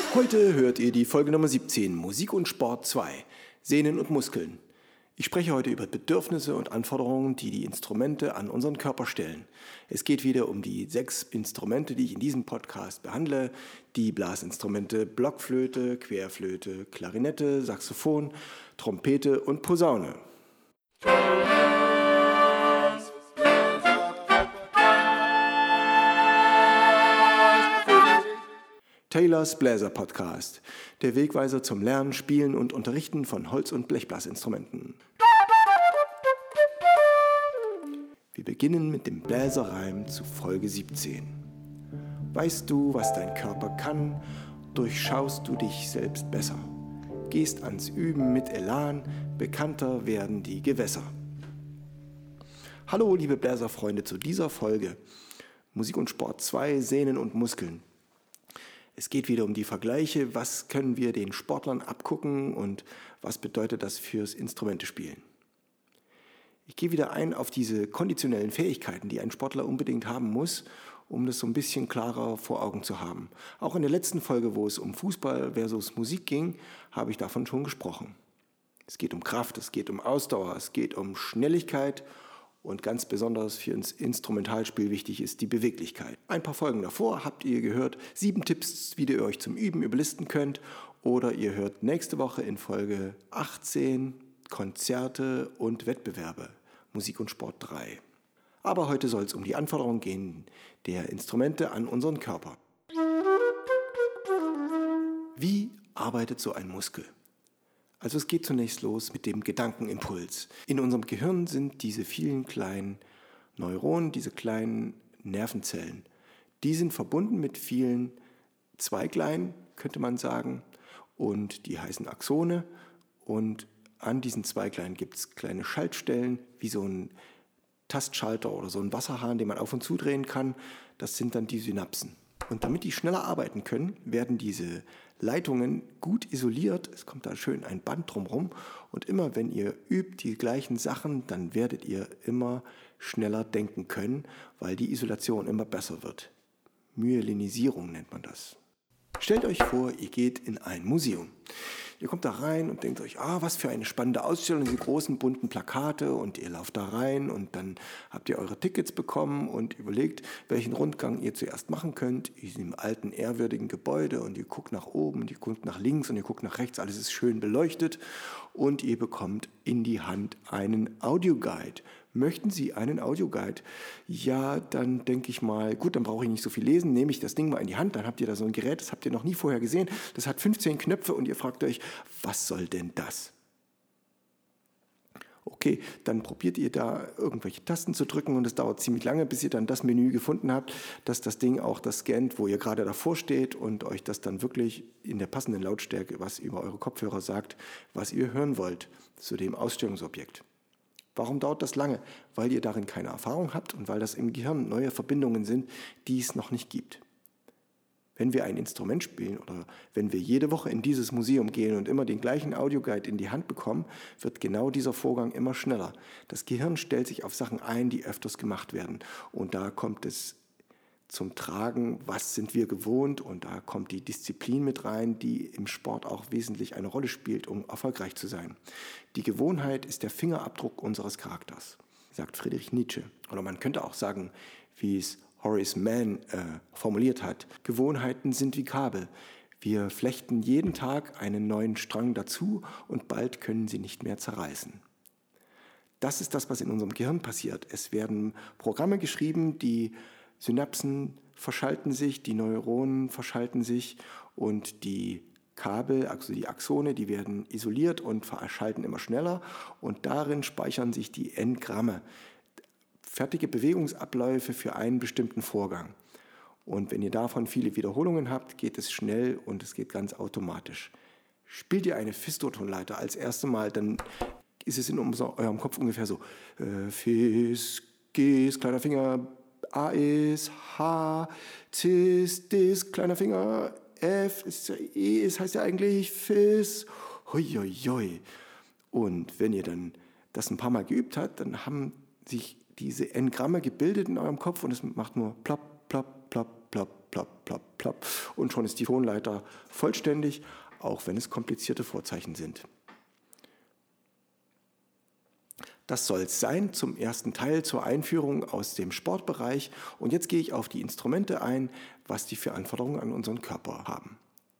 Heute hört ihr die Folge Nummer 17, Musik und Sport 2, Sehnen und Muskeln. Ich spreche heute über Bedürfnisse und Anforderungen, die die Instrumente an unseren Körper stellen. Es geht wieder um die 6 Instrumente, die ich in diesem Podcast behandle. Die Blasinstrumente Blockflöte, Querflöte, Klarinette, Saxophon, Trompete und Posaune. Taylors Bläser Podcast, der Wegweiser zum Lernen, Spielen und Unterrichten von Holz- und Blechblasinstrumenten. Wir beginnen mit dem Bläserreim zu Folge 17. Weißt du, was dein Körper kann, durchschaust du dich selbst besser. Gehst ans Üben mit Elan, bekannter werden die Gewässer. Hallo liebe Bläserfreunde zu dieser Folge Musik und Sport 2, Sehnen und Muskeln. Es geht wieder um die Vergleiche, was können wir den Sportlern abgucken und was bedeutet das fürs Instrumentespielen. Ich gehe wieder ein auf diese konditionellen Fähigkeiten, die ein Sportler unbedingt haben muss, um das so ein bisschen klarer vor Augen zu haben. Auch in der letzten Folge, wo es um Fußball versus Musik ging, habe ich davon schon gesprochen. Es geht um Kraft, es geht um Ausdauer, es geht um Schnelligkeit und ganz besonders für das Instrumentalspiel wichtig ist die Beweglichkeit. Ein paar Folgen davor habt ihr gehört 7 Tipps, wie ihr euch zum Üben überlisten könnt. Oder ihr hört nächste Woche in Folge 18 Konzerte und Wettbewerbe, Musik und Sport 3. Aber heute soll es um die Anforderungen gehen der Instrumente an unseren Körper. Wie arbeitet so ein Muskel? Also es geht zunächst los mit dem Gedankenimpuls. In unserem Gehirn sind diese vielen kleinen Neuronen, diese kleinen Nervenzellen. Die sind verbunden mit vielen Zweiglein, könnte man sagen, und die heißen Axone. Und an diesen Zweiglein gibt es kleine Schaltstellen, wie so ein Tastschalter oder so ein Wasserhahn, den man auf und zudrehen kann. Das sind dann die Synapsen. Und damit die schneller arbeiten können, werden diese Leitungen gut isoliert. Es kommt da schön ein Band drumherum. Und immer wenn ihr übt die gleichen Sachen, dann werdet ihr immer schneller denken können, weil die Isolation immer besser wird. Myelinisierung nennt man das. Stellt euch vor, ihr geht in ein Museum. Ihr kommt da rein und denkt euch, was für eine spannende Ausstellung, die großen bunten Plakate, und ihr lauft da rein und dann habt ihr eure Tickets bekommen und überlegt, welchen Rundgang ihr zuerst machen könnt. In diesem alten, ehrwürdigen Gebäude, und ihr guckt nach oben und ihr guckt nach links und ihr guckt nach rechts, alles ist schön beleuchtet und ihr bekommt in die Hand einen Audioguide. Möchten Sie einen Audioguide? Ja, dann denke ich mal, gut, dann brauche ich nicht so viel lesen, nehme ich das Ding mal in die Hand, dann habt ihr da so ein Gerät, das habt ihr noch nie vorher gesehen, das hat 15 Knöpfe und ihr fragt euch, was soll denn das? Okay, dann probiert ihr da irgendwelche Tasten zu drücken und es dauert ziemlich lange, bis ihr dann das Menü gefunden habt, dass das Ding auch das scannt, wo ihr gerade davor steht und euch das dann wirklich in der passenden Lautstärke, was über eure Kopfhörer sagt, was ihr hören wollt zu dem Ausstellungsobjekt. Warum dauert das lange? Weil ihr darin keine Erfahrung habt und weil das im Gehirn neue Verbindungen sind, die es noch nicht gibt. Wenn wir ein Instrument spielen oder wenn wir jede Woche in dieses Museum gehen und immer den gleichen Audioguide in die Hand bekommen, wird genau dieser Vorgang immer schneller. Das Gehirn stellt sich auf Sachen ein, die öfters gemacht werden. Und da kommt es zum Tragen, was sind wir gewohnt, und da kommt die Disziplin mit rein, die im Sport auch wesentlich eine Rolle spielt, um erfolgreich zu sein. Die Gewohnheit ist der Fingerabdruck unseres Charakters, sagt Friedrich Nietzsche. Oder man könnte auch sagen, wie es Horace Mann formuliert hat, Gewohnheiten sind wie Kabel. Wir flechten jeden Tag einen neuen Strang dazu und bald können sie nicht mehr zerreißen. Das ist das, was in unserem Gehirn passiert. Es werden Programme geschrieben, die Synapsen verschalten sich, die Neuronen verschalten sich und die Kabel, also die Axone, die werden isoliert und verschalten immer schneller, und darin speichern sich die Engramme, fertige Bewegungsabläufe für einen bestimmten Vorgang. Und wenn ihr davon viele Wiederholungen habt, geht es schnell und es geht ganz automatisch. Spielt ihr eine Fis-Dur-Tonleiter als erstes Mal, dann ist es in eurem Kopf ungefähr so: Fis, Gs, kleiner Finger, A ist H, Cis, Dis, kleiner Finger, F, ist E, es heißt ja eigentlich Fis, hoi, hoi, hoi. Und wenn ihr dann das ein paar Mal geübt habt, dann haben sich diese Engramme gebildet in eurem Kopf und es macht nur plopp, plopp, plopp, plopp, plopp, plopp, plopp. Und schon ist die Tonleiter vollständig, auch wenn es komplizierte Vorzeichen sind. Das soll es sein zum ersten Teil, zur Einführung aus dem Sportbereich. Und jetzt gehe ich auf die Instrumente ein, was die für Anforderungen an unseren Körper haben.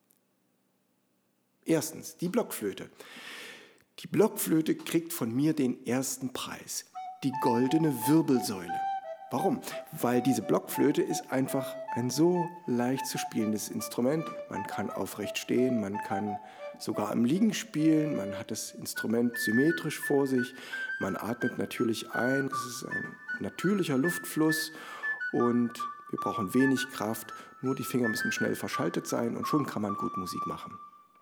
Erstens, die Blockflöte. Die Blockflöte kriegt von mir den ersten Preis, die goldene Wirbelsäule. Warum? Weil diese Blockflöte ist einfach ein so leicht zu spielendes Instrument. Man kann aufrecht stehen, man kann sogar am Liegen spielen, man hat das Instrument symmetrisch vor sich, man atmet natürlich ein, es ist ein natürlicher Luftfluss und wir brauchen wenig Kraft, nur die Finger müssen schnell verschaltet sein und schon kann man gut Musik machen.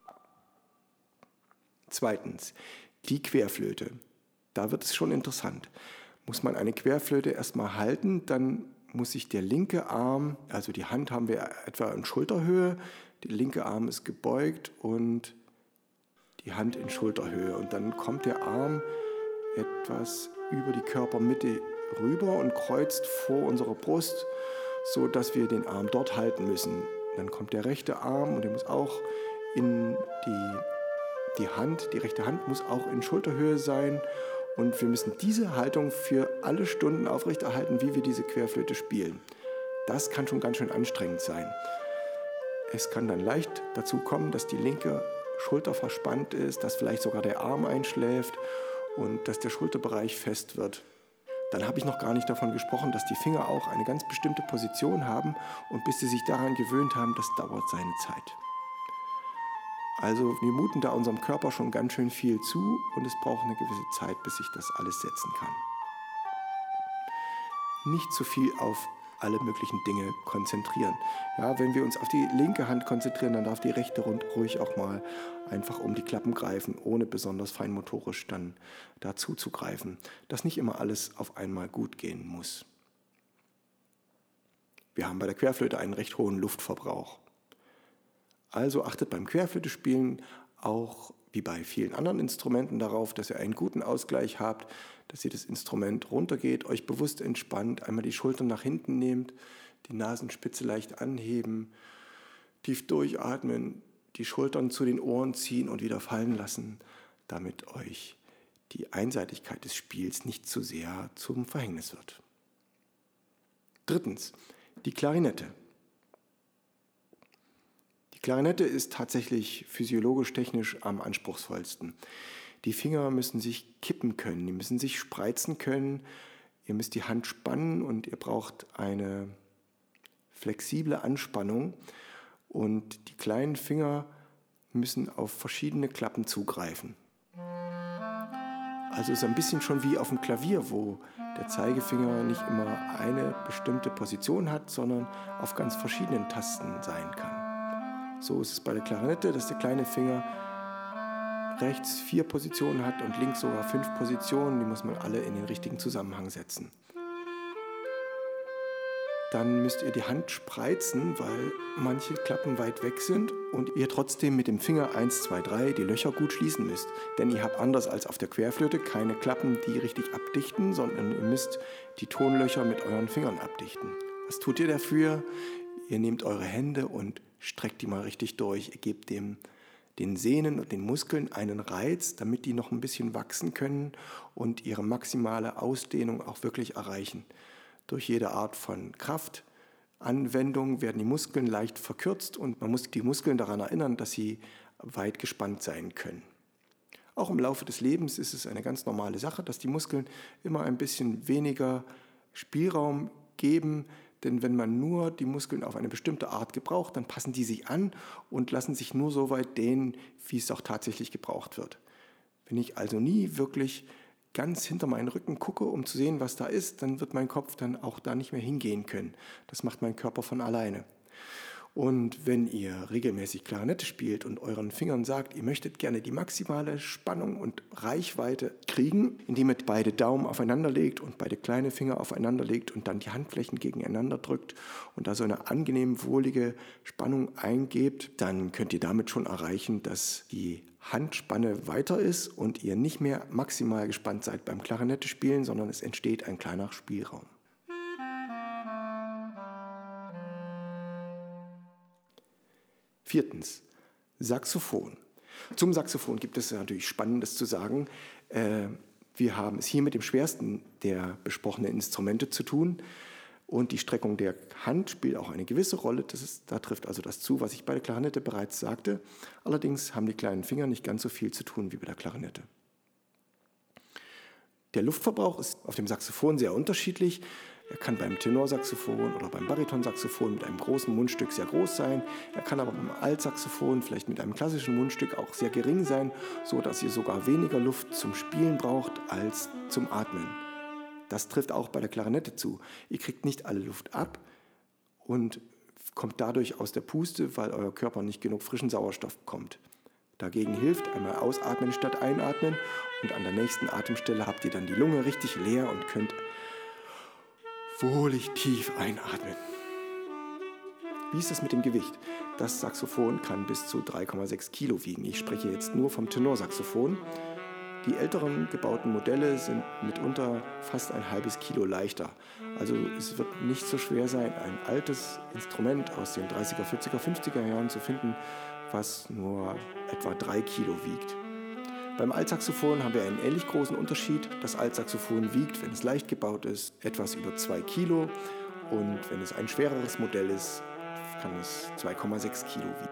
Zweitens, die Querflöte. Da wird es schon interessant. Muss man eine Querflöte erstmal halten, dann muss sich der linke Arm, also die Hand haben wir etwa in Schulterhöhe, der linke Arm ist gebeugt und die Hand in Schulterhöhe. Und dann kommt der Arm etwas über die Körpermitte rüber und kreuzt vor unserer Brust, sodass wir den Arm dort halten müssen. Dann kommt der rechte Arm und der muss auch in die Hand, die rechte Hand muss auch in Schulterhöhe sein. Und wir müssen diese Haltung für alle Stunden aufrechterhalten, wie wir diese Querflöte spielen. Das kann schon ganz schön anstrengend sein. Es kann dann leicht dazu kommen, dass die linke Schulter verspannt ist, dass vielleicht sogar der Arm einschläft und dass der Schulterbereich fest wird. Dann habe ich noch gar nicht davon gesprochen, dass die Finger auch eine ganz bestimmte Position haben und bis sie sich daran gewöhnt haben, das dauert seine Zeit. Also wir muten da unserem Körper schon ganz schön viel zu und es braucht eine gewisse Zeit, bis sich das alles setzen kann. Nicht zu viel auf alle möglichen Dinge konzentrieren. Ja, wenn wir uns auf die linke Hand konzentrieren, dann darf die rechte ruhig auch mal einfach um die Klappen greifen, ohne besonders feinmotorisch dann dazu zu greifen, dass nicht immer alles auf einmal gut gehen muss. Wir haben bei der Querflöte einen recht hohen Luftverbrauch. Also achtet beim Querflöte-Spielen auch wie bei vielen anderen Instrumenten darauf, dass ihr einen guten Ausgleich habt, dass ihr das Instrument runtergeht, euch bewusst entspannt, einmal die Schultern nach hinten nehmt, die Nasenspitze leicht anheben, tief durchatmen, die Schultern zu den Ohren ziehen und wieder fallen lassen, damit euch die Einseitigkeit des Spiels nicht zu sehr zum Verhängnis wird. Drittens, die Klarinette. Die Klarinette ist tatsächlich physiologisch-technisch am anspruchsvollsten. Die Finger müssen sich kippen können, die müssen sich spreizen können. Ihr müsst die Hand spannen und ihr braucht eine flexible Anspannung. Und die kleinen Finger müssen auf verschiedene Klappen zugreifen. Also es ist ein bisschen schon wie auf dem Klavier, wo der Zeigefinger nicht immer eine bestimmte Position hat, sondern auf ganz verschiedenen Tasten sein kann. So ist es bei der Klarinette, dass der kleine Finger rechts 4 Positionen hat und links sogar 5 Positionen. Die muss man alle in den richtigen Zusammenhang setzen. Dann müsst ihr die Hand spreizen, weil manche Klappen weit weg sind und ihr trotzdem mit dem Finger 1, 2, 3 die Löcher gut schließen müsst. Denn ihr habt anders als auf der Querflöte keine Klappen, die richtig abdichten, sondern ihr müsst die Tonlöcher mit euren Fingern abdichten. Was tut ihr dafür? Ihr nehmt eure Hände und streckt die mal richtig durch. Ihr gebt den Sehnen und den Muskeln einen Reiz, damit die noch ein bisschen wachsen können und ihre maximale Ausdehnung auch wirklich erreichen. Durch jede Art von Kraftanwendung werden die Muskeln leicht verkürzt und man muss die Muskeln daran erinnern, dass sie weit gespannt sein können. Auch im Laufe des Lebens ist es eine ganz normale Sache, dass die Muskeln immer ein bisschen weniger Spielraum geben, denn wenn man nur die Muskeln auf eine bestimmte Art gebraucht, dann passen die sich an und lassen sich nur so weit dehnen, wie es auch tatsächlich gebraucht wird. Wenn ich also nie wirklich ganz hinter meinen Rücken gucke, um zu sehen, was da ist, dann wird mein Kopf dann auch da nicht mehr hingehen können. Das macht mein Körper von alleine. Und wenn ihr regelmäßig Klarinette spielt und euren Fingern sagt, ihr möchtet gerne die maximale Spannung und Reichweite kriegen, indem ihr beide Daumen aufeinander legt und beide kleine Finger aufeinander legt und dann die Handflächen gegeneinander drückt und da so eine angenehm wohlige Spannung eingebt, dann könnt ihr damit schon erreichen, dass die Handspanne weiter ist und ihr nicht mehr maximal gespannt seid beim Klarinette spielen, sondern es entsteht ein kleiner Spielraum. Viertens, Saxophon. Zum Saxophon gibt es natürlich Spannendes zu sagen. Wir haben es hier mit dem schwersten der besprochenen Instrumente zu tun. Und die Streckung der Hand spielt auch eine gewisse Rolle. Da trifft also das zu, was ich bei der Klarinette bereits sagte. Allerdings haben die kleinen Finger nicht ganz so viel zu tun wie bei der Klarinette. Der Luftverbrauch ist auf dem Saxophon sehr unterschiedlich. Er kann beim Tenorsaxophon oder beim Baritonsaxophon mit einem großen Mundstück sehr groß sein. Er kann aber beim Altsaxophon vielleicht mit einem klassischen Mundstück auch sehr gering sein, sodass ihr sogar weniger Luft zum Spielen braucht als zum Atmen. Das trifft auch bei der Klarinette zu. Ihr kriegt nicht alle Luft ab und kommt dadurch aus der Puste, weil euer Körper nicht genug frischen Sauerstoff bekommt. Dagegen hilft einmal ausatmen statt einatmen und an der nächsten Atemstelle habt ihr dann die Lunge richtig leer und könnt wohlig tief einatmen. Wie ist das mit dem Gewicht? Das Saxophon kann bis zu 3,6 Kilo wiegen. Ich spreche jetzt nur vom Tenorsaxophon. Die älteren gebauten Modelle sind mitunter fast ein halbes Kilo leichter. Also es wird nicht so schwer sein, ein altes Instrument aus den 30er, 40er, 50er Jahren zu finden, was nur etwa 3 Kilo wiegt. Beim Altsaxophon haben wir einen ähnlich großen Unterschied. Das Altsaxophon wiegt, wenn es leicht gebaut ist, etwas über 2 Kilo und wenn es ein schwereres Modell ist, kann es 2,6 Kilo wiegen.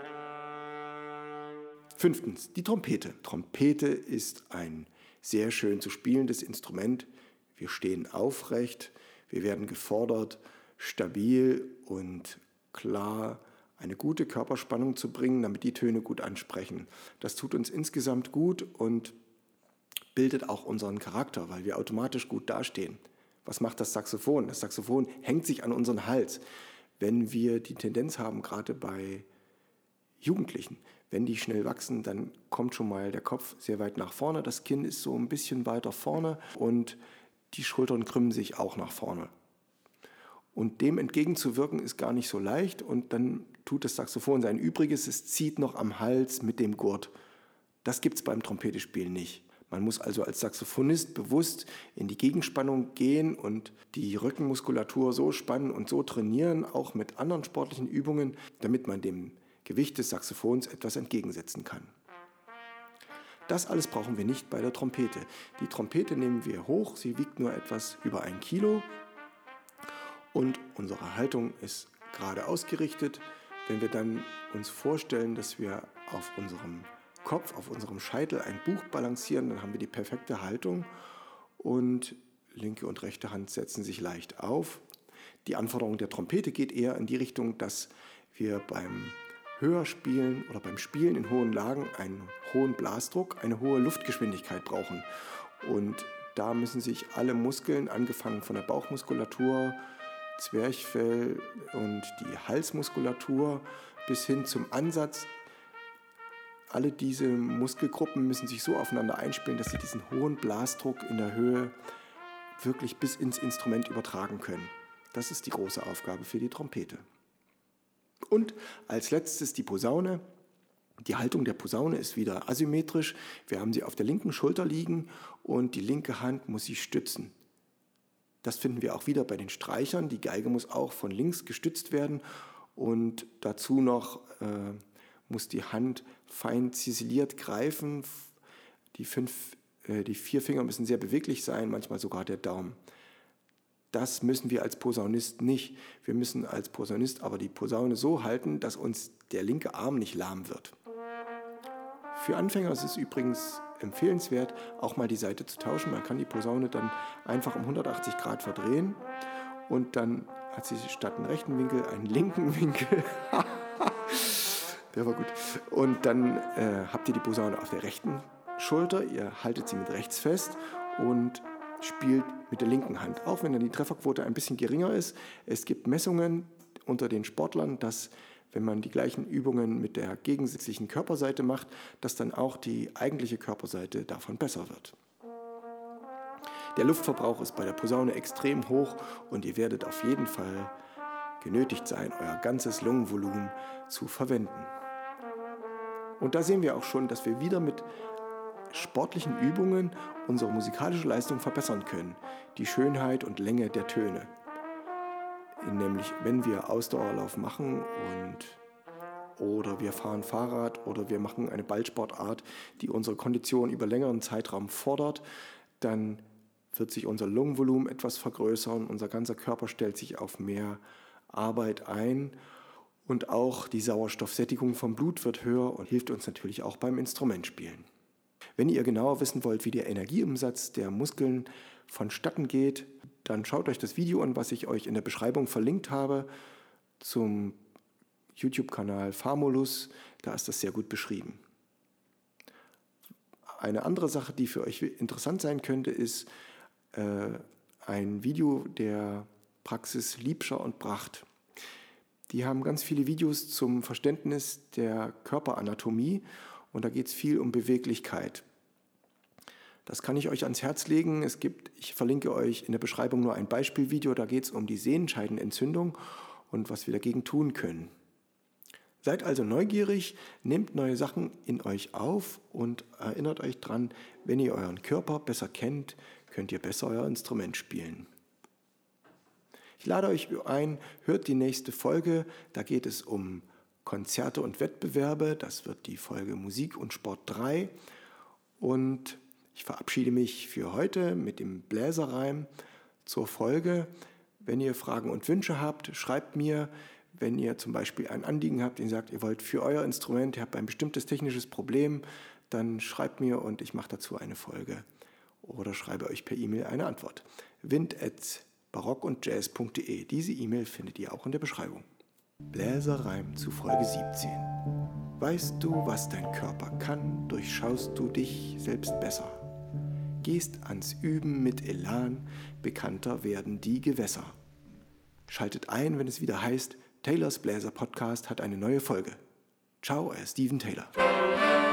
Fünftens, die Trompete. Trompete ist ein sehr schön zu spielendes Instrument. Wir stehen aufrecht, wir werden gefordert, stabil und klar eine gute Körperspannung zu bringen, damit die Töne gut ansprechen. Das tut uns insgesamt gut und bildet auch unseren Charakter, weil wir automatisch gut dastehen. Was macht das Saxophon? Das Saxophon hängt sich an unseren Hals. Wenn wir die Tendenz haben, gerade bei Jugendlichen, wenn die schnell wachsen, dann kommt schon mal der Kopf sehr weit nach vorne, das Kinn ist so ein bisschen weiter vorne und die Schultern krümmen sich auch nach vorne. Und dem entgegenzuwirken ist gar nicht so leicht und dann tut das Saxophon sein Übriges, es zieht noch am Hals mit dem Gurt. Das gibt es beim Trompetespielen nicht. Man muss also als Saxophonist bewusst in die Gegenspannung gehen und die Rückenmuskulatur so spannen und so trainieren, auch mit anderen sportlichen Übungen, damit man dem Gewicht des Saxophons etwas entgegensetzen kann. Das alles brauchen wir nicht bei der Trompete. Die Trompete nehmen wir hoch, sie wiegt nur etwas über 1 Kilo und unsere Haltung ist gerade ausgerichtet. Wenn wir dann uns vorstellen, dass wir auf unserem Kopf, auf unserem Scheitel ein Buch balancieren, dann haben wir die perfekte Haltung und linke und rechte Hand setzen sich leicht auf. Die Anforderung der Trompete geht eher in die Richtung, dass wir beim Hörspielen oder beim Spielen in hohen Lagen einen hohen Blasdruck, eine hohe Luftgeschwindigkeit brauchen. Und da müssen sich alle Muskeln, angefangen von der Bauchmuskulatur, Zwerchfell und die Halsmuskulatur bis hin zum Ansatz, alle diese Muskelgruppen müssen sich so aufeinander einspielen, dass sie diesen hohen Blasdruck in der Höhe wirklich bis ins Instrument übertragen können. Das ist die große Aufgabe für die Trompete. Und als letztes die Posaune. Die Haltung der Posaune ist wieder asymmetrisch. Wir haben sie auf der linken Schulter liegen und die linke Hand muss sie stützen. Das finden wir auch wieder bei den Streichern. Die Geige muss auch von links gestützt werden und dazu noch muss die Hand fein ziseliert greifen. Die 4 Finger müssen sehr beweglich sein, manchmal sogar der Daumen. Das müssen wir als Posaunist nicht. Wir müssen als Posaunist aber die Posaune so halten, dass uns der linke Arm nicht lahm wird. Für Anfänger ist es übrigens empfehlenswert, auch mal die Seite zu tauschen. Man kann die Posaune dann einfach um 180 Grad verdrehen und dann hat sie statt einen rechten Winkel einen linken Winkel. Der war gut. Und dann habt ihr die Posaune auf der rechten Schulter, ihr haltet sie mit rechts fest und spielt mit der linken Hand. Auch wenn dann die Trefferquote ein bisschen geringer ist. Es gibt Messungen unter den Sportlern, dass wenn man die gleichen Übungen mit der gegensätzlichen Körperseite macht, dass dann auch die eigentliche Körperseite davon besser wird. Der Luftverbrauch ist bei der Posaune extrem hoch und ihr werdet auf jeden Fall genötigt sein, euer ganzes Lungenvolumen zu verwenden. Und da sehen wir auch schon, dass wir wieder mit sportlichen Übungen unsere musikalische Leistung verbessern können. Die Schönheit und Länge der Töne. Nämlich, wenn wir Ausdauerlauf machen und oder wir fahren Fahrrad oder wir machen eine Ballsportart, die unsere Kondition über längeren Zeitraum fordert, dann wird sich unser Lungenvolumen etwas vergrößern, unser ganzer Körper stellt sich auf mehr Arbeit ein und auch die Sauerstoffsättigung vom Blut wird höher und hilft uns natürlich auch beim Instrumentspielen. Wenn ihr genauer wissen wollt, wie der Energieumsatz der Muskeln vonstatten geht, dann schaut euch das Video an, was ich euch in der Beschreibung verlinkt habe zum YouTube-Kanal Famulus. Da ist das sehr gut beschrieben. Eine andere Sache, die für euch interessant sein könnte, ist ein Video der Praxis Liebscher und Bracht. Die haben ganz viele Videos zum Verständnis der Körperanatomie und da geht es viel um Beweglichkeit. Das kann ich euch ans Herz legen. Ich verlinke euch in der Beschreibung nur ein Beispielvideo, da geht es um die Sehenscheidenentzündung und was wir dagegen tun können. Seid also neugierig, nehmt neue Sachen in euch auf und erinnert euch dran, wenn ihr euren Körper besser kennt, könnt ihr besser euer Instrument spielen. Ich lade euch ein, hört die nächste Folge, da geht es um Konzerte und Wettbewerbe, das wird die Folge Musik und Sport 3 und ich verabschiede mich für heute mit dem Bläserreim zur Folge. Wenn ihr Fragen und Wünsche habt, schreibt mir. Wenn ihr zum Beispiel ein Anliegen habt, ihr sagt, ihr wollt für euer Instrument, ihr habt ein bestimmtes technisches Problem, dann schreibt mir und ich mache dazu eine Folge oder schreibe euch per E-Mail eine Antwort. wind@barockundjazz.de. Diese E-Mail findet ihr auch in der Beschreibung. Bläserreim zu Folge 17. Weißt du, was dein Körper kann, durchschaust du dich selbst besser. Gehst ans Üben mit Elan, bekannter werden die Gewässer. Schaltet ein, wenn es wieder heißt, Taylors Bläser Podcast hat eine neue Folge. Ciao, euer Steven Taylor.